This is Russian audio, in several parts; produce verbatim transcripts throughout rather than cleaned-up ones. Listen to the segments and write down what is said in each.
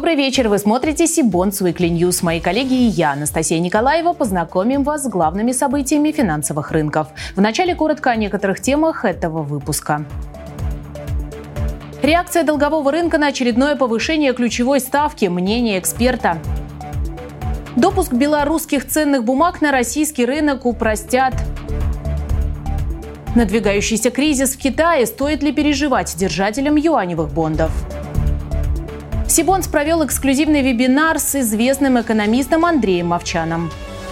Добрый вечер, вы смотрите Сибонс Weekly News. Мои коллеги и я, Анастасия Николаева, познакомим вас с главными событиями финансовых рынков. Вначале коротко о некоторых темах этого выпуска. Реакция долгового рынка на очередное повышение ключевой ставки. Мнение эксперта. Допуск белорусских ценных бумаг на российский рынок упростят. Надвигающийся кризис в Китае. Стоит ли переживать держателям юаневых бондов? Сибонс провел эксклюзивный вебинар с известным экономистом Андреем Мовчаном.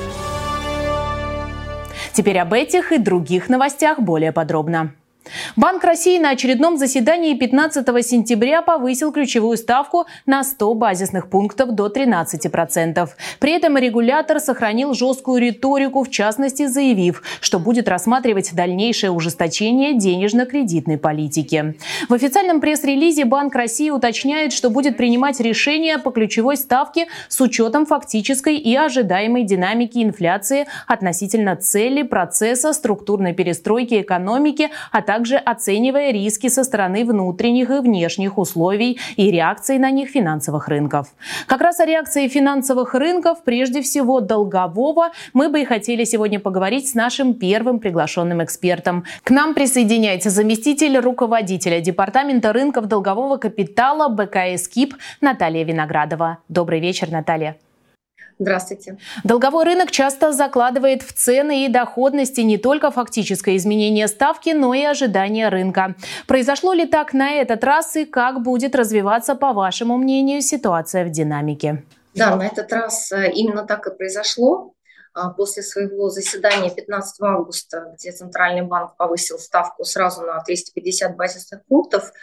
Теперь об этих и других новостях более подробно. Банк России на очередном заседании пятнадцатого сентября повысил ключевую ставку на сто базисных пунктов до тринадцати процентов. При этом регулятор сохранил жесткую риторику, в частности заявив, что будет рассматривать дальнейшее ужесточение денежно-кредитной политики. В официальном пресс-релизе Банк России уточняет, что будет принимать решения по ключевой ставке с учетом фактической и ожидаемой динамики инфляции относительно цели процесса структурной перестройки экономики, а также также оценивая риски со стороны внутренних и внешних условий и реакции на них финансовых рынков. Как раз о реакции финансовых рынков, прежде всего долгового, мы бы и хотели сегодня поговорить с нашим первым приглашенным экспертом. К нам присоединяется заместитель руководителя Департамента рынков долгового капитала БКС КИП Наталья Виноградова. Добрый вечер, Наталья. Здравствуйте. Долговой рынок часто закладывает в цены и доходности не только фактическое изменение ставки, но и ожидания рынка. Произошло ли так на этот раз и как будет развиваться, по вашему мнению, ситуация в динамике? Да, на этот раз именно так и произошло. После своего заседания пятнадцатого августа, где Центральный банк повысил ставку сразу на триста пятьдесят базисных пунктов,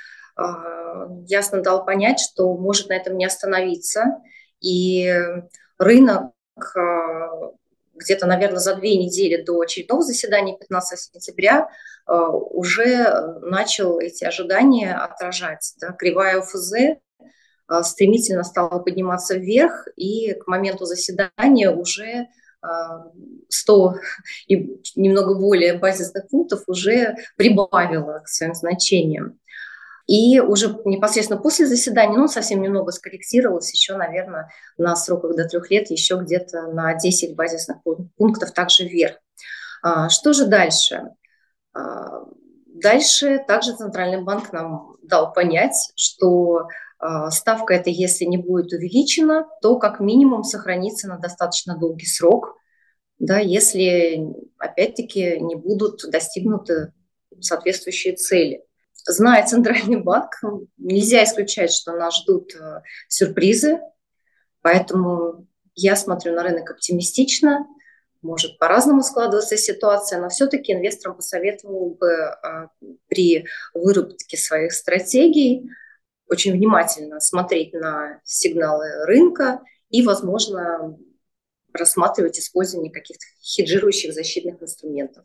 ясно дал понять, что может на этом не остановиться. И рынок где-то, наверное, за две недели до очередного заседания пятнадцатого сентября уже начал эти ожидания отражать. Да. Кривая ОФЗ стремительно стала подниматься вверх, и к моменту заседания уже сто и немного более базисных пунктов уже прибавила к своим значениям. И уже непосредственно после заседания, ну, совсем немного скорректировалось, еще, наверное, на сроках до трех лет, еще где-то на десять базисных пунктов также вверх. Что же дальше? Дальше также Центральный банк нам дал понять, что ставка эта, если не будет увеличена, то как минимум сохранится на достаточно долгий срок, да, если, опять-таки, не будут достигнуты соответствующие цели. Зная Центральный банк, нельзя исключать, что нас ждут сюрпризы, поэтому я смотрю на рынок оптимистично. Может по-разному складываться ситуация, но все-таки инвесторам посоветовал бы при выработке своих стратегий очень внимательно смотреть на сигналы рынка и, возможно, рассматривать использование каких-то хеджирующих защитных инструментов.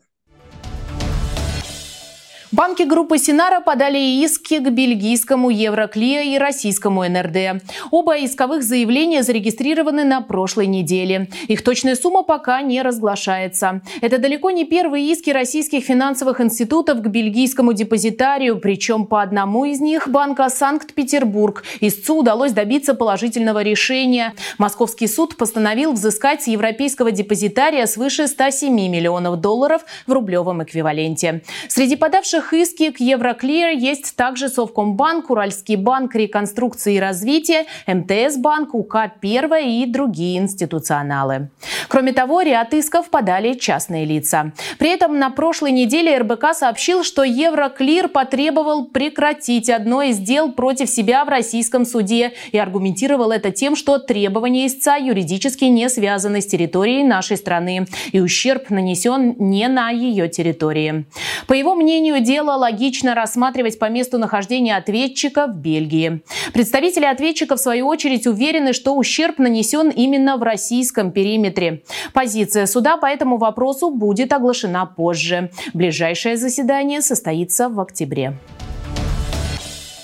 Банки группы Синара подали иски к бельгийскому Евроклиа и российскому эн эр дэ. Оба исковых заявления зарегистрированы на прошлой неделе. Их точная сумма пока не разглашается. Это далеко не первые иски российских финансовых институтов к бельгийскому депозитарию, причем по одному из них, банка Санкт-Петербург, истцу удалось добиться положительного решения. Московский суд постановил взыскать с европейского депозитария свыше ста семи миллионов долларов в рублевом эквиваленте. Среди подавших иски к Евроклир есть также Совкомбанк, Уральский банк реконструкции и развития, эм тэ эс-банк, УК-Первая и другие институционалы. Кроме того, ряд исков подали частные лица. При этом на прошлой неделе эр бэ ка сообщил, что Евроклир потребовал прекратить одно из дел против себя в российском суде и аргументировал это тем, что требования истца юридически не связаны с территорией нашей страны и ущерб нанесен не на ее территории. По его мнению, дело логично рассматривать по месту нахождения ответчика в Бельгии. Представители ответчика, в свою очередь, уверены, что ущерб нанесен именно в российском периметре. Позиция суда по этому вопросу будет оглашена позже. Ближайшее заседание состоится в октябре.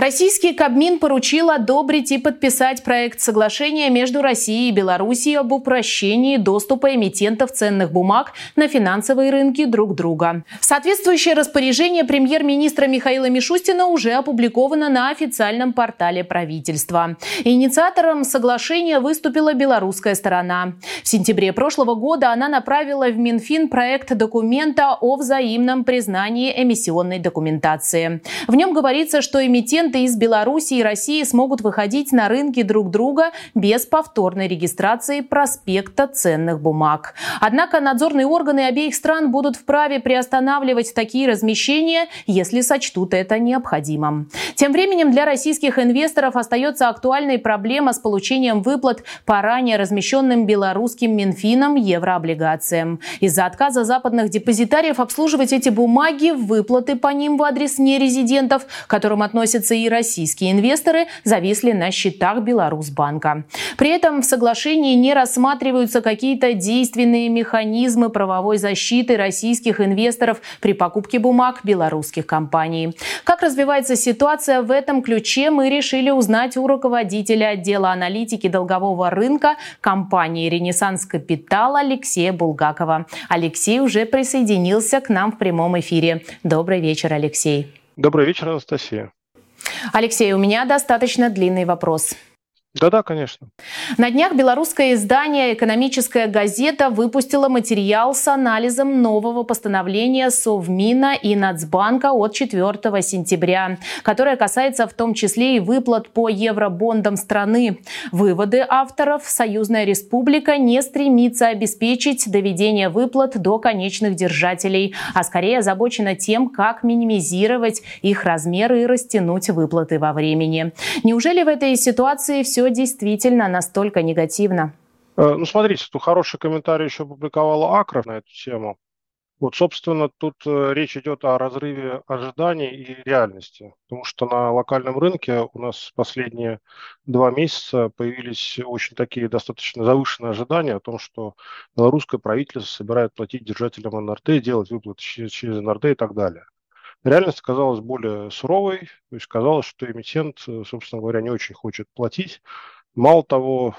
Российский Кабмин поручил одобрить и подписать проект соглашения между Россией и Белоруссией об упрощении доступа эмитентов ценных бумаг на финансовые рынки друг друга. Соответствующее распоряжение премьер-министра Михаила Мишустина уже опубликовано на официальном портале правительства. Инициатором соглашения выступила белорусская сторона. В сентябре прошлого года она направила в Минфин проект документа о взаимном признании эмиссионной документации. В нем говорится, что эмитенты из Беларуси и России смогут выходить на рынки друг друга без повторной регистрации проспекта ценных бумаг. Однако надзорные органы обеих стран будут вправе приостанавливать такие размещения, если сочтут это необходимым. Тем временем для российских инвесторов остается актуальной проблема с получением выплат по ранее размещенным белорусским Минфином еврооблигациям. Из-за отказа западных депозитариев обслуживать эти бумаги, выплаты по ним в адрес нерезидентов, к которым относятся и российские инвесторы, зависли на счетах Беларусьбанка. При этом в соглашении не рассматриваются какие-то действенные механизмы правовой защиты российских инвесторов при покупке бумаг белорусских компаний. Как развивается ситуация в этом ключе, мы решили узнать у руководителя отдела аналитики долгового рынка компании «Ренессанс Капитал» Алексея Булгакова. Алексей уже присоединился к нам в прямом эфире. Добрый вечер, Алексей. Добрый вечер, Анастасия. Алексей, у меня достаточно длинный вопрос. Да-да, конечно. На днях белорусское издание «Экономическая газета» выпустило материал с анализом нового постановления Совмина и Нацбанка от четвёртого сентября, которое касается в том числе и выплат по евробондам страны. Выводы авторов: Союзная Республика не стремится обеспечить доведение выплат до конечных держателей, а скорее озабочена тем, как минимизировать их размеры и растянуть выплаты во времени. Неужели в этой ситуации все действительно настолько негативно? Ну, смотрите, тут хороший комментарий еще опубликовала Акров на эту тему. Вот, собственно, тут речь идет о разрыве ожиданий и реальности, потому что на локальном рынке у нас последние два месяца появились очень такие достаточно завышенные ожидания о том, что белорусское правительство собирает платить держателям эн эр дэ, делать выплаты через, через эн эр дэ и так далее. Реальность оказалась более суровой, то есть казалось, что эмитент, собственно говоря, не очень хочет платить. Мало того,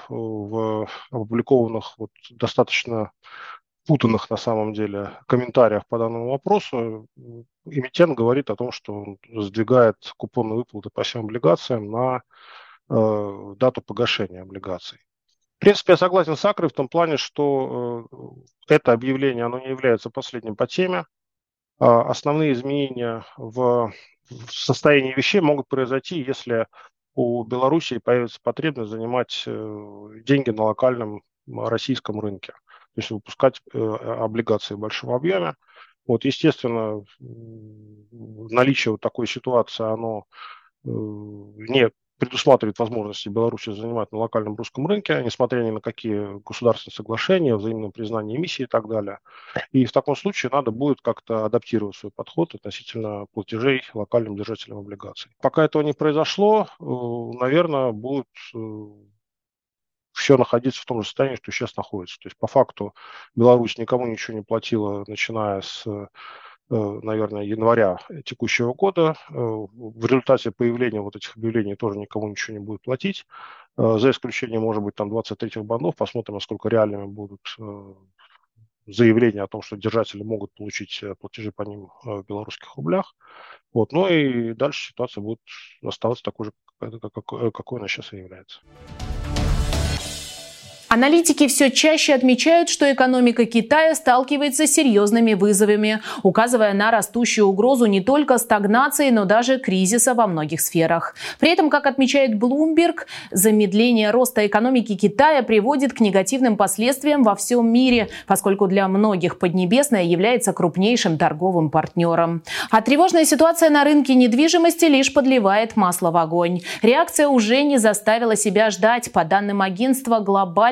в опубликованных вот достаточно путанных на самом деле комментариях по данному вопросу эмитент говорит о том, что он сдвигает купонные выплаты по всем облигациям на э, дату погашения облигаций. В принципе, я согласен с Акрой в том плане, что э, это объявление оно не является последним по теме. Основные изменения в состоянии вещей могут произойти, если у Белоруссии появится потребность занимать деньги на локальном российском рынке, то есть выпускать облигации в большом объеме. Вот, естественно, наличие вот такой ситуации, оно не предусматривает возможности Беларуси занимать на локальном русском рынке, несмотря ни на какие государственные соглашения, взаимное признание эмиссии и так далее. И в таком случае надо будет как-то адаптировать свой подход относительно платежей локальным держателям облигаций. Пока этого не произошло, наверное, будет все находиться в том же состоянии, что сейчас находится. То есть по факту Беларусь никому ничего не платила, начиная с, наверное, января текущего года. В результате появления вот этих объявлений тоже никому ничего не будет платить, за исключением, может быть, там двадцать третьих бандов. Посмотрим, насколько реальными будут заявления о том, что держатели могут получить платежи по ним в белорусских рублях. Вот. Ну и дальше ситуация будет оставаться такой же, какой она сейчас и является. Аналитики все чаще отмечают, что экономика Китая сталкивается с серьезными вызовами, указывая на растущую угрозу не только стагнации, но даже кризиса во многих сферах. При этом, как отмечает Bloomberg, замедление роста экономики Китая приводит к негативным последствиям во всем мире, поскольку для многих Поднебесная является крупнейшим торговым партнером. А тревожная ситуация на рынке недвижимости лишь подливает масло в огонь. Реакция уже не заставила себя ждать. По данным агентства «Глобальный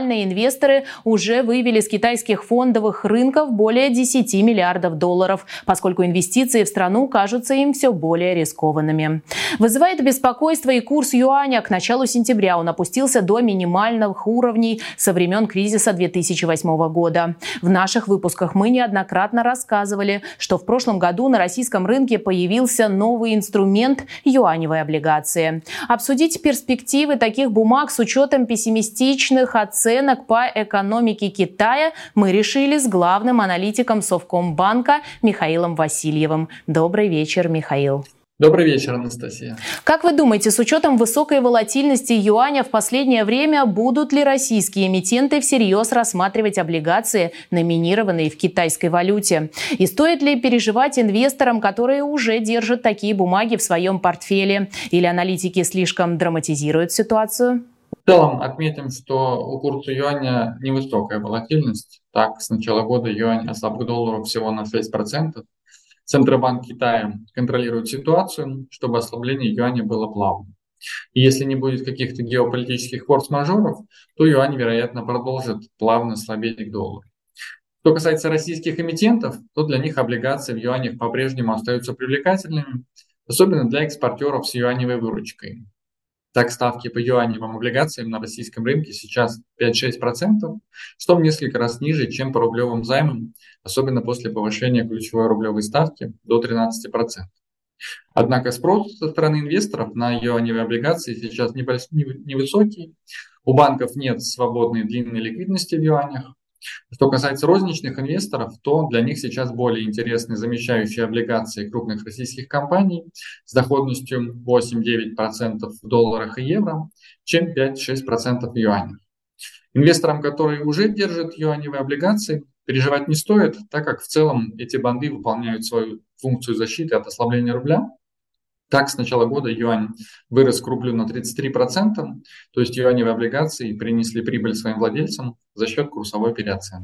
глобальные инвесторы уже вывели с китайских фондовых рынков более десяти миллиардов долларов, поскольку инвестиции в страну кажутся им все более рискованными. Вызывает беспокойство и курс юаня. К началу сентября он опустился до минимальных уровней со времен кризиса две тысячи восьмого года. В наших выпусках мы неоднократно рассказывали, что в прошлом году на российском рынке появился новый инструмент – юаневые облигации. Обсудить перспективы таких бумаг с учетом пессимистичных оценок по экономике Китая мы решили с главным аналитиком Совкомбанка Михаилом Васильевым. Добрый вечер, Михаил. Добрый вечер, Анастасия. Как вы думаете, с учетом высокой волатильности юаня в последнее время будут ли российские эмитенты всерьез рассматривать облигации, номинированные в китайской валюте? И стоит ли переживать инвесторам, которые уже держат такие бумаги в своем портфеле? Или аналитики слишком драматизируют ситуацию? В целом отметим, что у курса юаня невысокая волатильность. Так, с начала года юань ослаб к доллару всего на шесть процентов. Центробанк Китая контролирует ситуацию, чтобы ослабление юаня было плавным. И если не будет каких-то геополитических форс-мажоров, то юань, вероятно, продолжит плавно слабеть к доллару. Что касается российских эмитентов, то для них облигации в юанях по-прежнему остаются привлекательными, особенно для экспортеров с юаневой выручкой. Так, ставки по юаневым облигациям на российском рынке сейчас пять-шесть процентов, что в несколько раз ниже, чем по рублевым займам, особенно после повышения ключевой рублевой ставки до тринадцати процентов. Однако спрос со стороны инвесторов на юаневые облигации сейчас невысокий, у банков нет свободной длинной ликвидности в юанях. Что касается розничных инвесторов, то для них сейчас более интересны замещающие облигации крупных российских компаний с доходностью восемь-девять процентов в долларах и евро, чем пять-шесть процентов в юанях. Инвесторам, которые уже держат юаневые облигации, переживать не стоит, так как в целом эти бонды выполняют свою функцию защиты от ослабления рубля. Так, с начала года юань вырос к рублю на тридцать три процента, то есть юаневые облигации принесли прибыль своим владельцам за счет курсовой переоценки.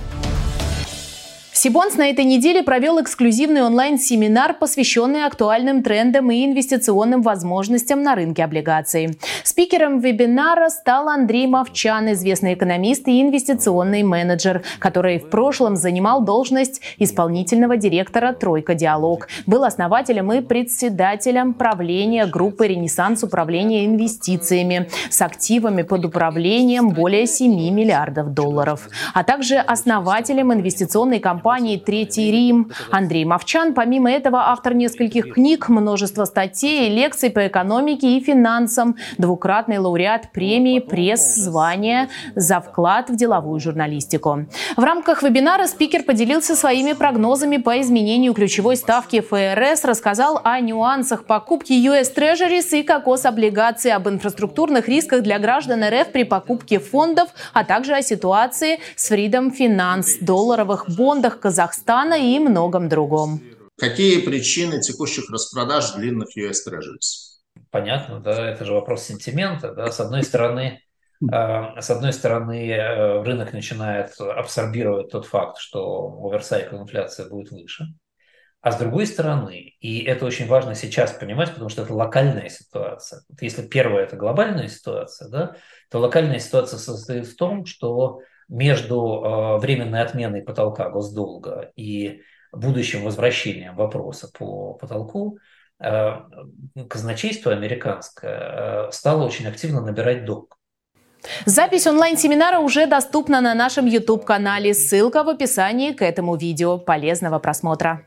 Сибонс на этой неделе провел эксклюзивный онлайн-семинар, посвященный актуальным трендам и инвестиционным возможностям на рынке облигаций. Спикером вебинара стал Андрей Мовчан, известный экономист и инвестиционный менеджер, который в прошлом занимал должность исполнительного директора «Тройка Диалог». Был основателем и председателем правления группы «Ренессанс управления инвестициями» с активами под управлением более семи миллиардов долларов, а также основателем инвестиционной компании «Третий Рим». Андрей Мовчан, помимо этого, автор нескольких книг, множества статей и лекций по экономике и финансам, двукратный лауреат премии «Пресс-звание» за вклад в деловую журналистику. В рамках вебинара спикер поделился своими прогнозами по изменению ключевой ставки эф эр эс, рассказал о нюансах покупки ю эс Treasuries и кокос-облигаций, об инфраструктурных рисках для граждан эр эф при покупке фондов, а также о ситуации с Freedom Finance, долларовых бондах Казахстана и многом другом. Какие причины текущих распродаж длинных ю эс Treasuries? Понятно, да, это же вопрос сентимента. Да? С одной стороны, э, с одной стороны э, рынок начинает абсорбировать тот факт, что оверсайкл инфляция будет выше. А с другой стороны, и это очень важно сейчас понимать, потому что это локальная ситуация. Вот если первая – это глобальная ситуация, да, то локальная ситуация состоит в том, что между э, временной отменой потолка госдолга и будущим возвращением вопроса по потолку э, казначейство американское э, стало очень активно набирать долг. Запись онлайн-семинара уже доступна на нашем YouTube-канале. Ссылка в описании к этому видео. Полезного просмотра.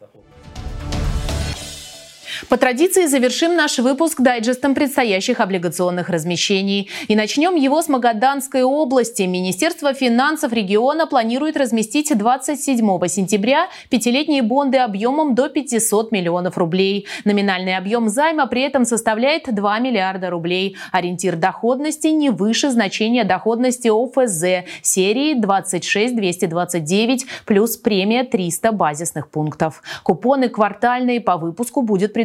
По традиции завершим наш выпуск дайджестом предстоящих облигационных размещений. И начнем его с Магаданской области. Министерство финансов региона планирует разместить двадцать седьмого сентября пятилетние бонды объемом до пятисот миллионов рублей. Номинальный объем займа при этом составляет два миллиарда рублей. Ориентир доходности не выше значения доходности о эф зэ серии двадцать шесть двести двадцать девять плюс премия триста базисных пунктов. Купоны квартальные по выпуску будет предусмотрено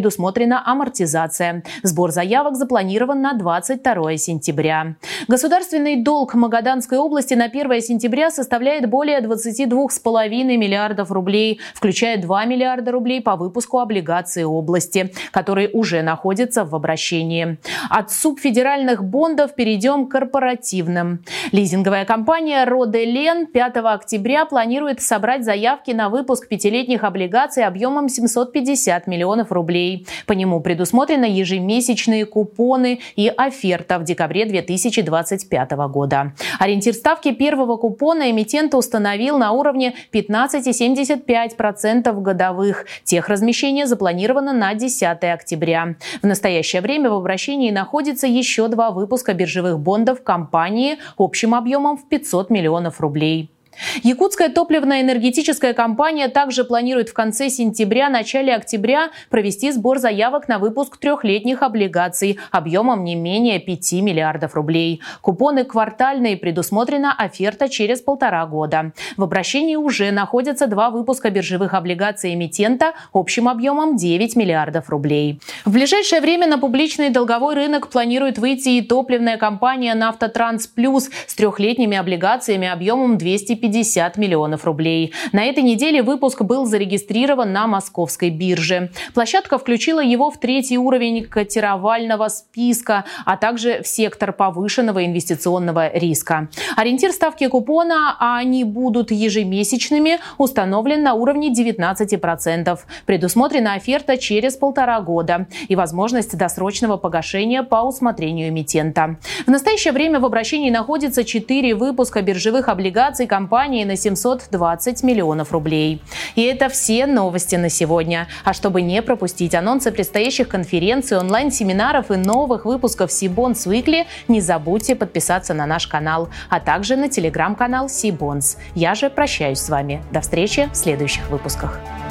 предусмотрена амортизация. Сбор заявок запланирован на двадцать второе сентября. Государственный долг Магаданской области на первое сентября составляет более двадцати двух с половиной миллиардов рублей, включая два миллиарда рублей по выпуску облигаций области, которые уже находятся в обращении. От субфедеральных бондов перейдем к корпоративным. Лизинговая компания «Роделен» пятого октября планирует собрать заявки на выпуск пятилетних облигаций объемом семьсот пятьдесят миллионов рублей. По нему предусмотрены ежемесячные купоны и оферта в декабре две тысячи двадцать пятого года. Ориентир ставки первого купона эмитент установил на уровне пятнадцать целых семьдесят пять сотых процента годовых. Техразмещение запланировано на десятое октября. В настоящее время в обращении находится еще два выпуска биржевых бондов компании общим объемом в пятьсот миллионов рублей. Якутская топливно-энергетическая компания также планирует в конце сентября – начале октября провести сбор заявок на выпуск трехлетних облигаций объемом не менее пяти миллиардов рублей. Купоны квартальные, предусмотрена оферта через полтора года. В обращении уже находятся два выпуска биржевых облигаций эмитента общим объемом девять миллиардов рублей. В ближайшее время на публичный долговой рынок планирует выйти и топливная компания «Нафтотранс Плюс» с трехлетними облигациями объемом двести пятьдесят миллионов рублей. На этой неделе выпуск был зарегистрирован на московской бирже. Площадка включила его в третий уровень котировального списка, а также в сектор повышенного инвестиционного риска. Ориентир ставки купона, а они будут ежемесячными, установлен на уровне девятнадцати процентов. Предусмотрена оферта через полтора года и возможность досрочного погашения по усмотрению эмитента. В настоящее время в обращении находится четыре выпуска биржевых облигаций компании на семьсот двадцать миллионов рублей. И это все новости на сегодня. А чтобы не пропустить анонсы предстоящих конференций, онлайн-семинаров и новых выпусков Сибонс Уикли, не забудьте подписаться на наш канал, а также на телеграм-канал Сибонс. Я же прощаюсь с вами. До встречи в следующих выпусках.